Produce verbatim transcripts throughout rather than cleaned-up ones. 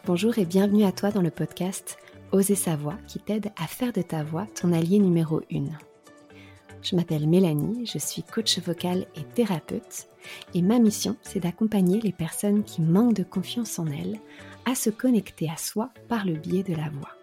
Bonjour et bienvenue à toi dans le podcast Oser sa voix qui t'aide à faire de ta voix ton allié numéro une. Je m'appelle Mélanie, je suis coach vocale et thérapeute et ma mission c'est d'accompagner les personnes qui manquent de confiance en elles à se connecter à soi par le biais de la voix.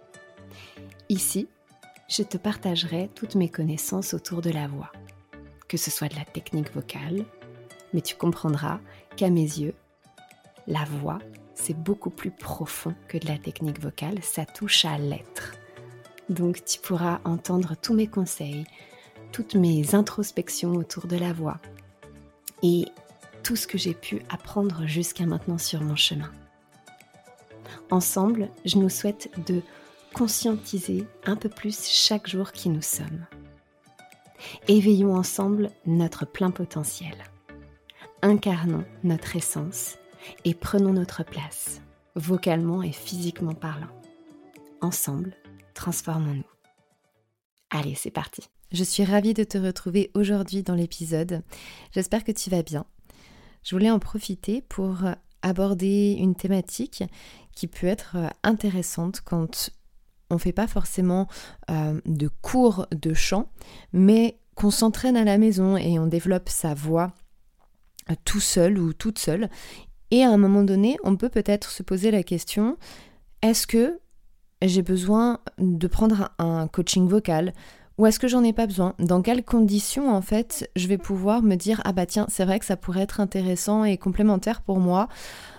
Ici, je te partagerai toutes mes connaissances autour de la voix, que ce soit de la technique vocale, mais tu comprendras qu'à mes yeux, la voix, c'est beaucoup plus profond que de la technique vocale, ça touche à l'être. Donc tu pourras entendre tous mes conseils, toutes mes introspections autour de la voix et tout ce que j'ai pu apprendre jusqu'à maintenant sur mon chemin. Ensemble, je nous souhaite de conscientiser un peu plus chaque jour qui nous sommes. Éveillons ensemble notre plein potentiel. Incarnons notre essence et prenons notre place, vocalement et physiquement parlant. Ensemble, transformons-nous. Allez, c'est parti. Je suis ravie de te retrouver aujourd'hui dans l'épisode. J'espère que tu vas bien. Je voulais en profiter pour aborder une thématique qui peut être intéressante quand on ne fait pas forcément euh, de cours de chant, mais qu'on s'entraîne à la maison et on développe sa voix tout seul ou toute seule. Et à un moment donné, on peut peut-être se poser la question, est-ce que j'ai besoin de prendre un coaching vocal ou est-ce que j'en ai pas besoin ? Dans quelles conditions, en fait, je vais pouvoir me dire, ah bah tiens, c'est vrai que ça pourrait être intéressant et complémentaire pour moi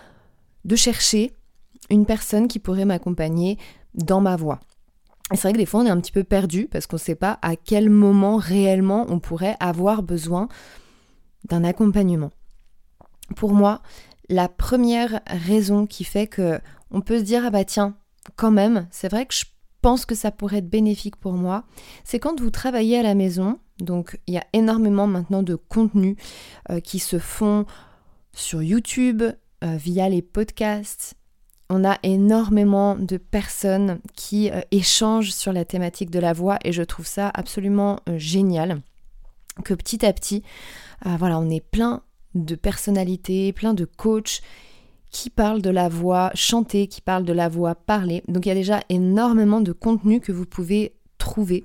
de chercher une personne qui pourrait m'accompagner dans ma voix. Et c'est vrai que des fois, on est un petit peu perdu parce qu'on ne sait pas à quel moment réellement on pourrait avoir besoin d'un accompagnement. Pour moi, la première raison qui fait qu'on peut se dire « Ah bah tiens, quand même, c'est vrai que je pense que ça pourrait être bénéfique pour moi », c'est quand vous travaillez à la maison. Donc, il y a énormément maintenant de contenus euh, qui se font sur YouTube, euh, via les podcasts. On a énormément de personnes qui euh, échangent sur la thématique de la voix et je trouve ça absolument euh, génial que petit à petit, euh, voilà, on est plein de personnalités, plein de coachs qui parlent de la voix chantée, qui parlent de la voix parlée. Donc il y a déjà énormément de contenu que vous pouvez trouver.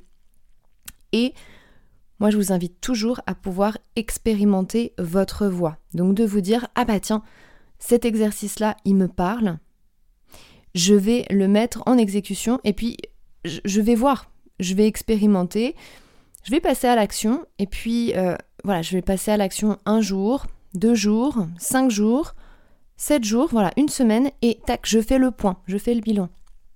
Et moi je vous invite toujours à pouvoir expérimenter votre voix. Donc de vous dire, ah bah tiens, cet exercice-là, il me parle. Je vais le mettre en exécution et puis je vais voir, je vais expérimenter, je vais passer à l'action et puis euh, voilà, je vais passer à l'action un jour, deux jours, cinq jours, sept jours, voilà, une semaine et tac, je fais le point, je fais le bilan.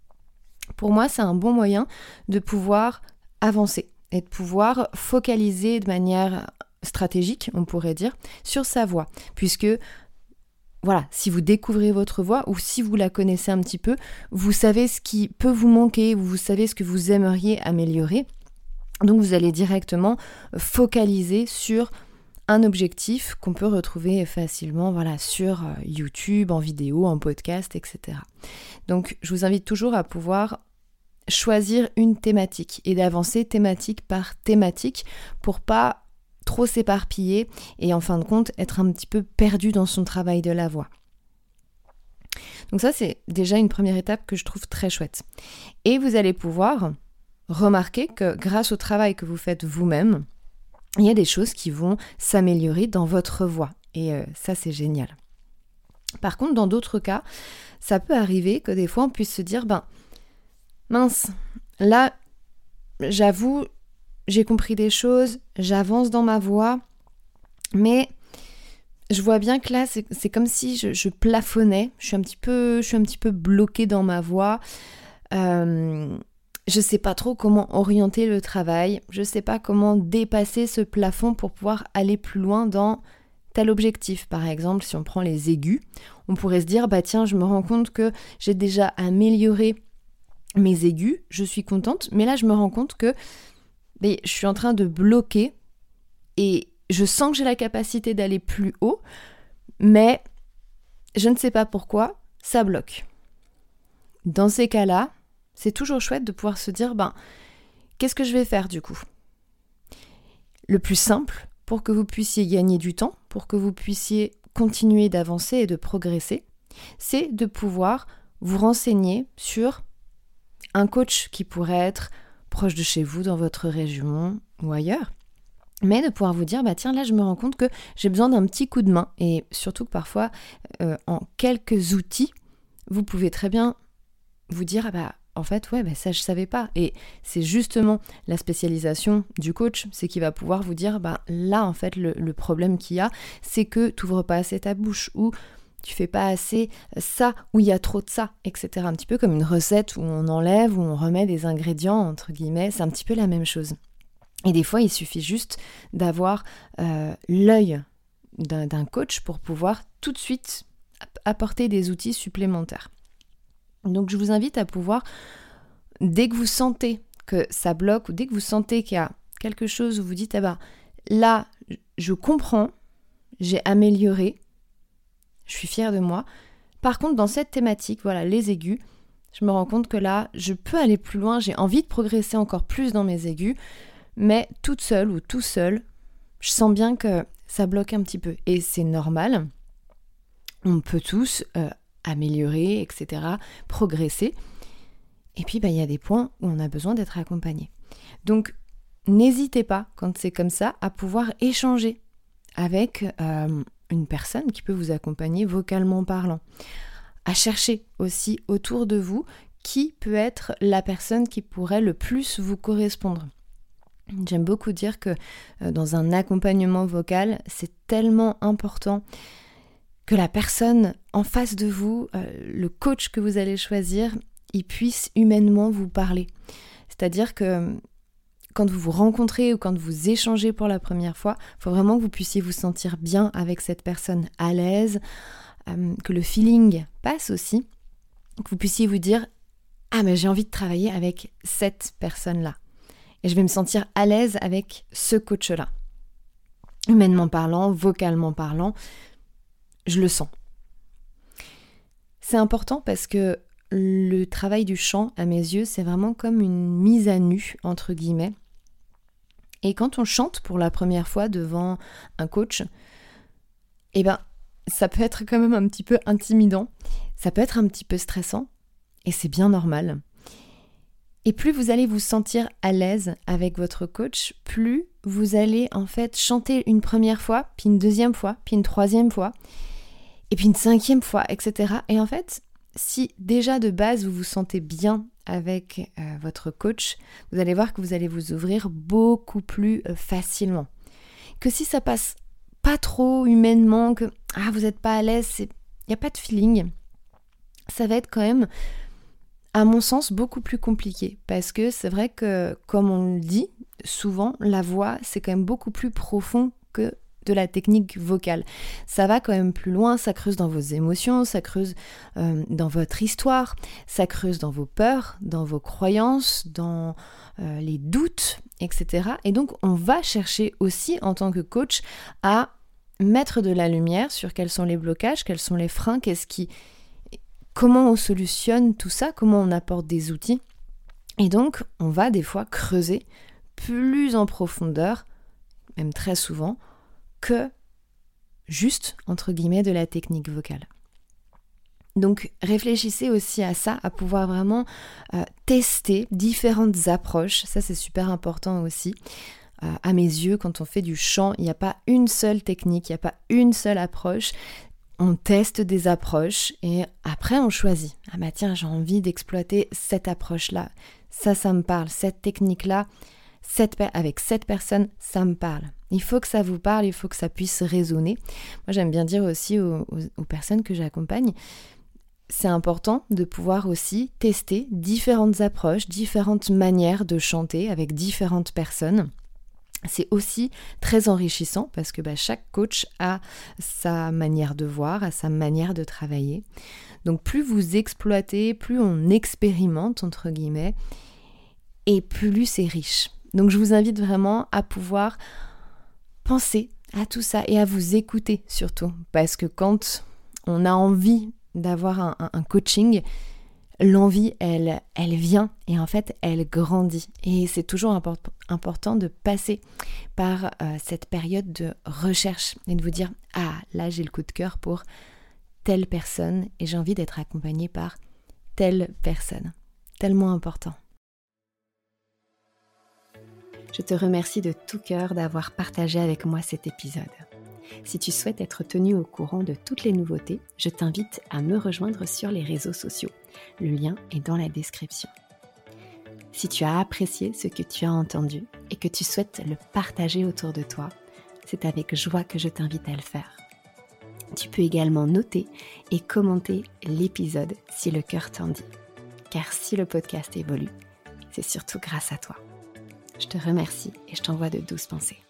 Pour moi, c'est un bon moyen de pouvoir avancer et de pouvoir focaliser de manière stratégique, on pourrait dire, sur sa voix. Puisque, voilà, si vous découvrez votre voix ou si vous la connaissez un petit peu, vous savez ce qui peut vous manquer, vous savez ce que vous aimeriez améliorer. Donc, vous allez directement focaliser sur un objectif qu'on peut retrouver facilement voilà, sur YouTube, en vidéo, en podcast, et cetera. Donc, je vous invite toujours à pouvoir choisir une thématique et d'avancer thématique par thématique pour pas trop s'éparpiller et en fin de compte être un petit peu perdu dans son travail de la voix. Donc ça, c'est déjà une première étape que je trouve très chouette. Et vous allez pouvoir remarquer que grâce au travail que vous faites vous-même, il y a des choses qui vont s'améliorer dans votre voix. Et euh, ça, c'est génial. Par contre, dans d'autres cas, ça peut arriver que des fois, on puisse se dire, ben, mince, là, j'avoue, j'ai compris des choses, j'avance dans ma voix, mais je vois bien que là, c'est, c'est comme si je, je plafonnais, je suis un petit peu, je suis un petit peu bloquée dans ma voix. Euh, Je ne sais pas trop comment orienter le travail, je ne sais pas comment dépasser ce plafond pour pouvoir aller plus loin dans tel objectif. Par exemple, si on prend les aigus, on pourrait se dire, bah tiens, je me rends compte que j'ai déjà amélioré mes aigus, je suis contente, mais là je me rends compte que bah, je suis en train de bloquer et je sens que j'ai la capacité d'aller plus haut, mais je ne sais pas pourquoi, ça bloque. Dans ces cas-là, c'est toujours chouette de pouvoir se dire, ben, qu'est-ce que je vais faire du coup ? Le plus simple, pour que vous puissiez gagner du temps, pour que vous puissiez continuer d'avancer et de progresser, c'est de pouvoir vous renseigner sur un coach qui pourrait être proche de chez vous, dans votre région ou ailleurs, mais de pouvoir vous dire, bah tiens, là je me rends compte que j'ai besoin d'un petit coup de main, et surtout que parfois, euh, en quelques outils, vous pouvez très bien vous dire, ah bah en fait, ouais, bah ça je savais pas. Et c'est justement la spécialisation du coach, c'est qu'il va pouvoir vous dire, bah là en fait, le, le problème qu'il y a, c'est que tu n'ouvres pas assez ta bouche, ou tu fais pas assez ça, ou il y a trop de ça, et cetera. Un petit peu comme une recette où on enlève, où on remet des ingrédients, entre guillemets, c'est un petit peu la même chose. Et des fois, il suffit juste d'avoir euh, l'œil d'un, d'un coach pour pouvoir tout de suite apporter des outils supplémentaires. Donc, je vous invite à pouvoir, dès que vous sentez que ça bloque, ou dès que vous sentez qu'il y a quelque chose où vous dites, ah bah, là, je comprends, j'ai amélioré, je suis fière de moi. Par contre, dans cette thématique, voilà, les aigus, je me rends compte que là, je peux aller plus loin, j'ai envie de progresser encore plus dans mes aigus, mais toute seule ou tout seul, je sens bien que ça bloque un petit peu. Et c'est normal, on peut tous euh, améliorer, et cetera, progresser. Et puis, bah, y a des points où on a besoin d'être accompagné. Donc, n'hésitez pas, quand c'est comme ça, à pouvoir échanger avec euh, une personne qui peut vous accompagner vocalement parlant. À chercher aussi autour de vous qui peut être la personne qui pourrait le plus vous correspondre. J'aime beaucoup dire que euh, dans un accompagnement vocal, c'est tellement important que la personne en face de vous, euh, le coach que vous allez choisir, il puisse humainement vous parler. C'est-à-dire que quand vous vous rencontrez ou quand vous échangez pour la première fois, il faut vraiment que vous puissiez vous sentir bien avec cette personne, à l'aise, euh, que le feeling passe aussi, que vous puissiez vous dire « Ah, mais j'ai envie de travailler avec cette personne-là. » Et je vais me sentir à l'aise avec ce coach-là. Humainement parlant, vocalement parlant, je le sens. C'est important parce que le travail du chant, à mes yeux, c'est vraiment comme une mise à nu, entre guillemets. Et quand on chante pour la première fois devant un coach, eh ben, ça peut être quand même un petit peu intimidant, ça peut être un petit peu stressant, et c'est bien normal. Et plus vous allez vous sentir à l'aise avec votre coach, plus vous allez en fait chanter une première fois, puis une deuxième fois, puis une troisième fois, et puis une cinquième fois, et cetera. Et en fait, si déjà de base vous vous sentez bien avec euh, votre coach, vous allez voir que vous allez vous ouvrir beaucoup plus euh, facilement. Que si ça passe pas trop humainement, que ah, vous n'êtes pas à l'aise, il n'y a pas de feeling, ça va être quand même, à mon sens, beaucoup plus compliqué. Parce que c'est vrai que, comme on le dit, souvent, la voix, c'est quand même beaucoup plus profond que de la technique vocale. Ça va quand même plus loin, ça creuse dans vos émotions, ça creuse euh, dans votre histoire, ça creuse dans vos peurs, dans vos croyances, dans euh, les doutes, et cetera. Et donc, on va chercher aussi, en tant que coach, à mettre de la lumière sur quels sont les blocages, quels sont les freins, qu'est-ce qui... comment on solutionne tout ça, comment on apporte des outils. Et donc, on va des fois creuser plus en profondeur, même très souvent, que juste, entre guillemets, de la technique vocale. Donc, réfléchissez aussi à ça, à pouvoir vraiment euh, tester différentes approches. Ça, c'est super important aussi. Euh, à mes yeux, quand on fait du chant, il n'y a pas une seule technique, il n'y a pas une seule approche. On teste des approches et après on choisit. Ah bah tiens, j'ai envie d'exploiter cette approche-là. Ça, ça me parle. Cette technique-là, cette per- avec cette personne, ça me parle. Il faut que ça vous parle, il faut que ça puisse résonner. Moi, j'aime bien dire aussi aux, aux, aux personnes que j'accompagne, c'est important de pouvoir aussi tester différentes approches, différentes manières de chanter avec différentes personnes. C'est aussi très enrichissant parce que bah, chaque coach a sa manière de voir, a sa manière de travailler. Donc plus vous exploitez, plus on expérimente, entre guillemets, et plus c'est riche. Donc je vous invite vraiment à pouvoir penser à tout ça et à vous écouter surtout. Parce que quand on a envie d'avoir un, un, un coaching, l'envie, elle, elle vient et en fait, elle grandit. Et c'est toujours import- important de passer par euh, cette période de recherche et de vous dire « Ah, là, j'ai le coup de cœur pour telle personne et j'ai envie d'être accompagnée par telle personne. Tellement important. Je te remercie de tout cœur d'avoir partagé avec moi cet épisode. Si tu souhaites être tenu au courant de toutes les nouveautés, je t'invite à me rejoindre sur les réseaux sociaux. Le lien est dans la description. Si tu as apprécié ce que tu as entendu et que tu souhaites le partager autour de toi, c'est avec joie que je t'invite à le faire. Tu peux également noter et commenter l'épisode si le cœur t'en dit. Car si le podcast évolue, c'est surtout grâce à toi. Je te remercie et je t'envoie de douces pensées.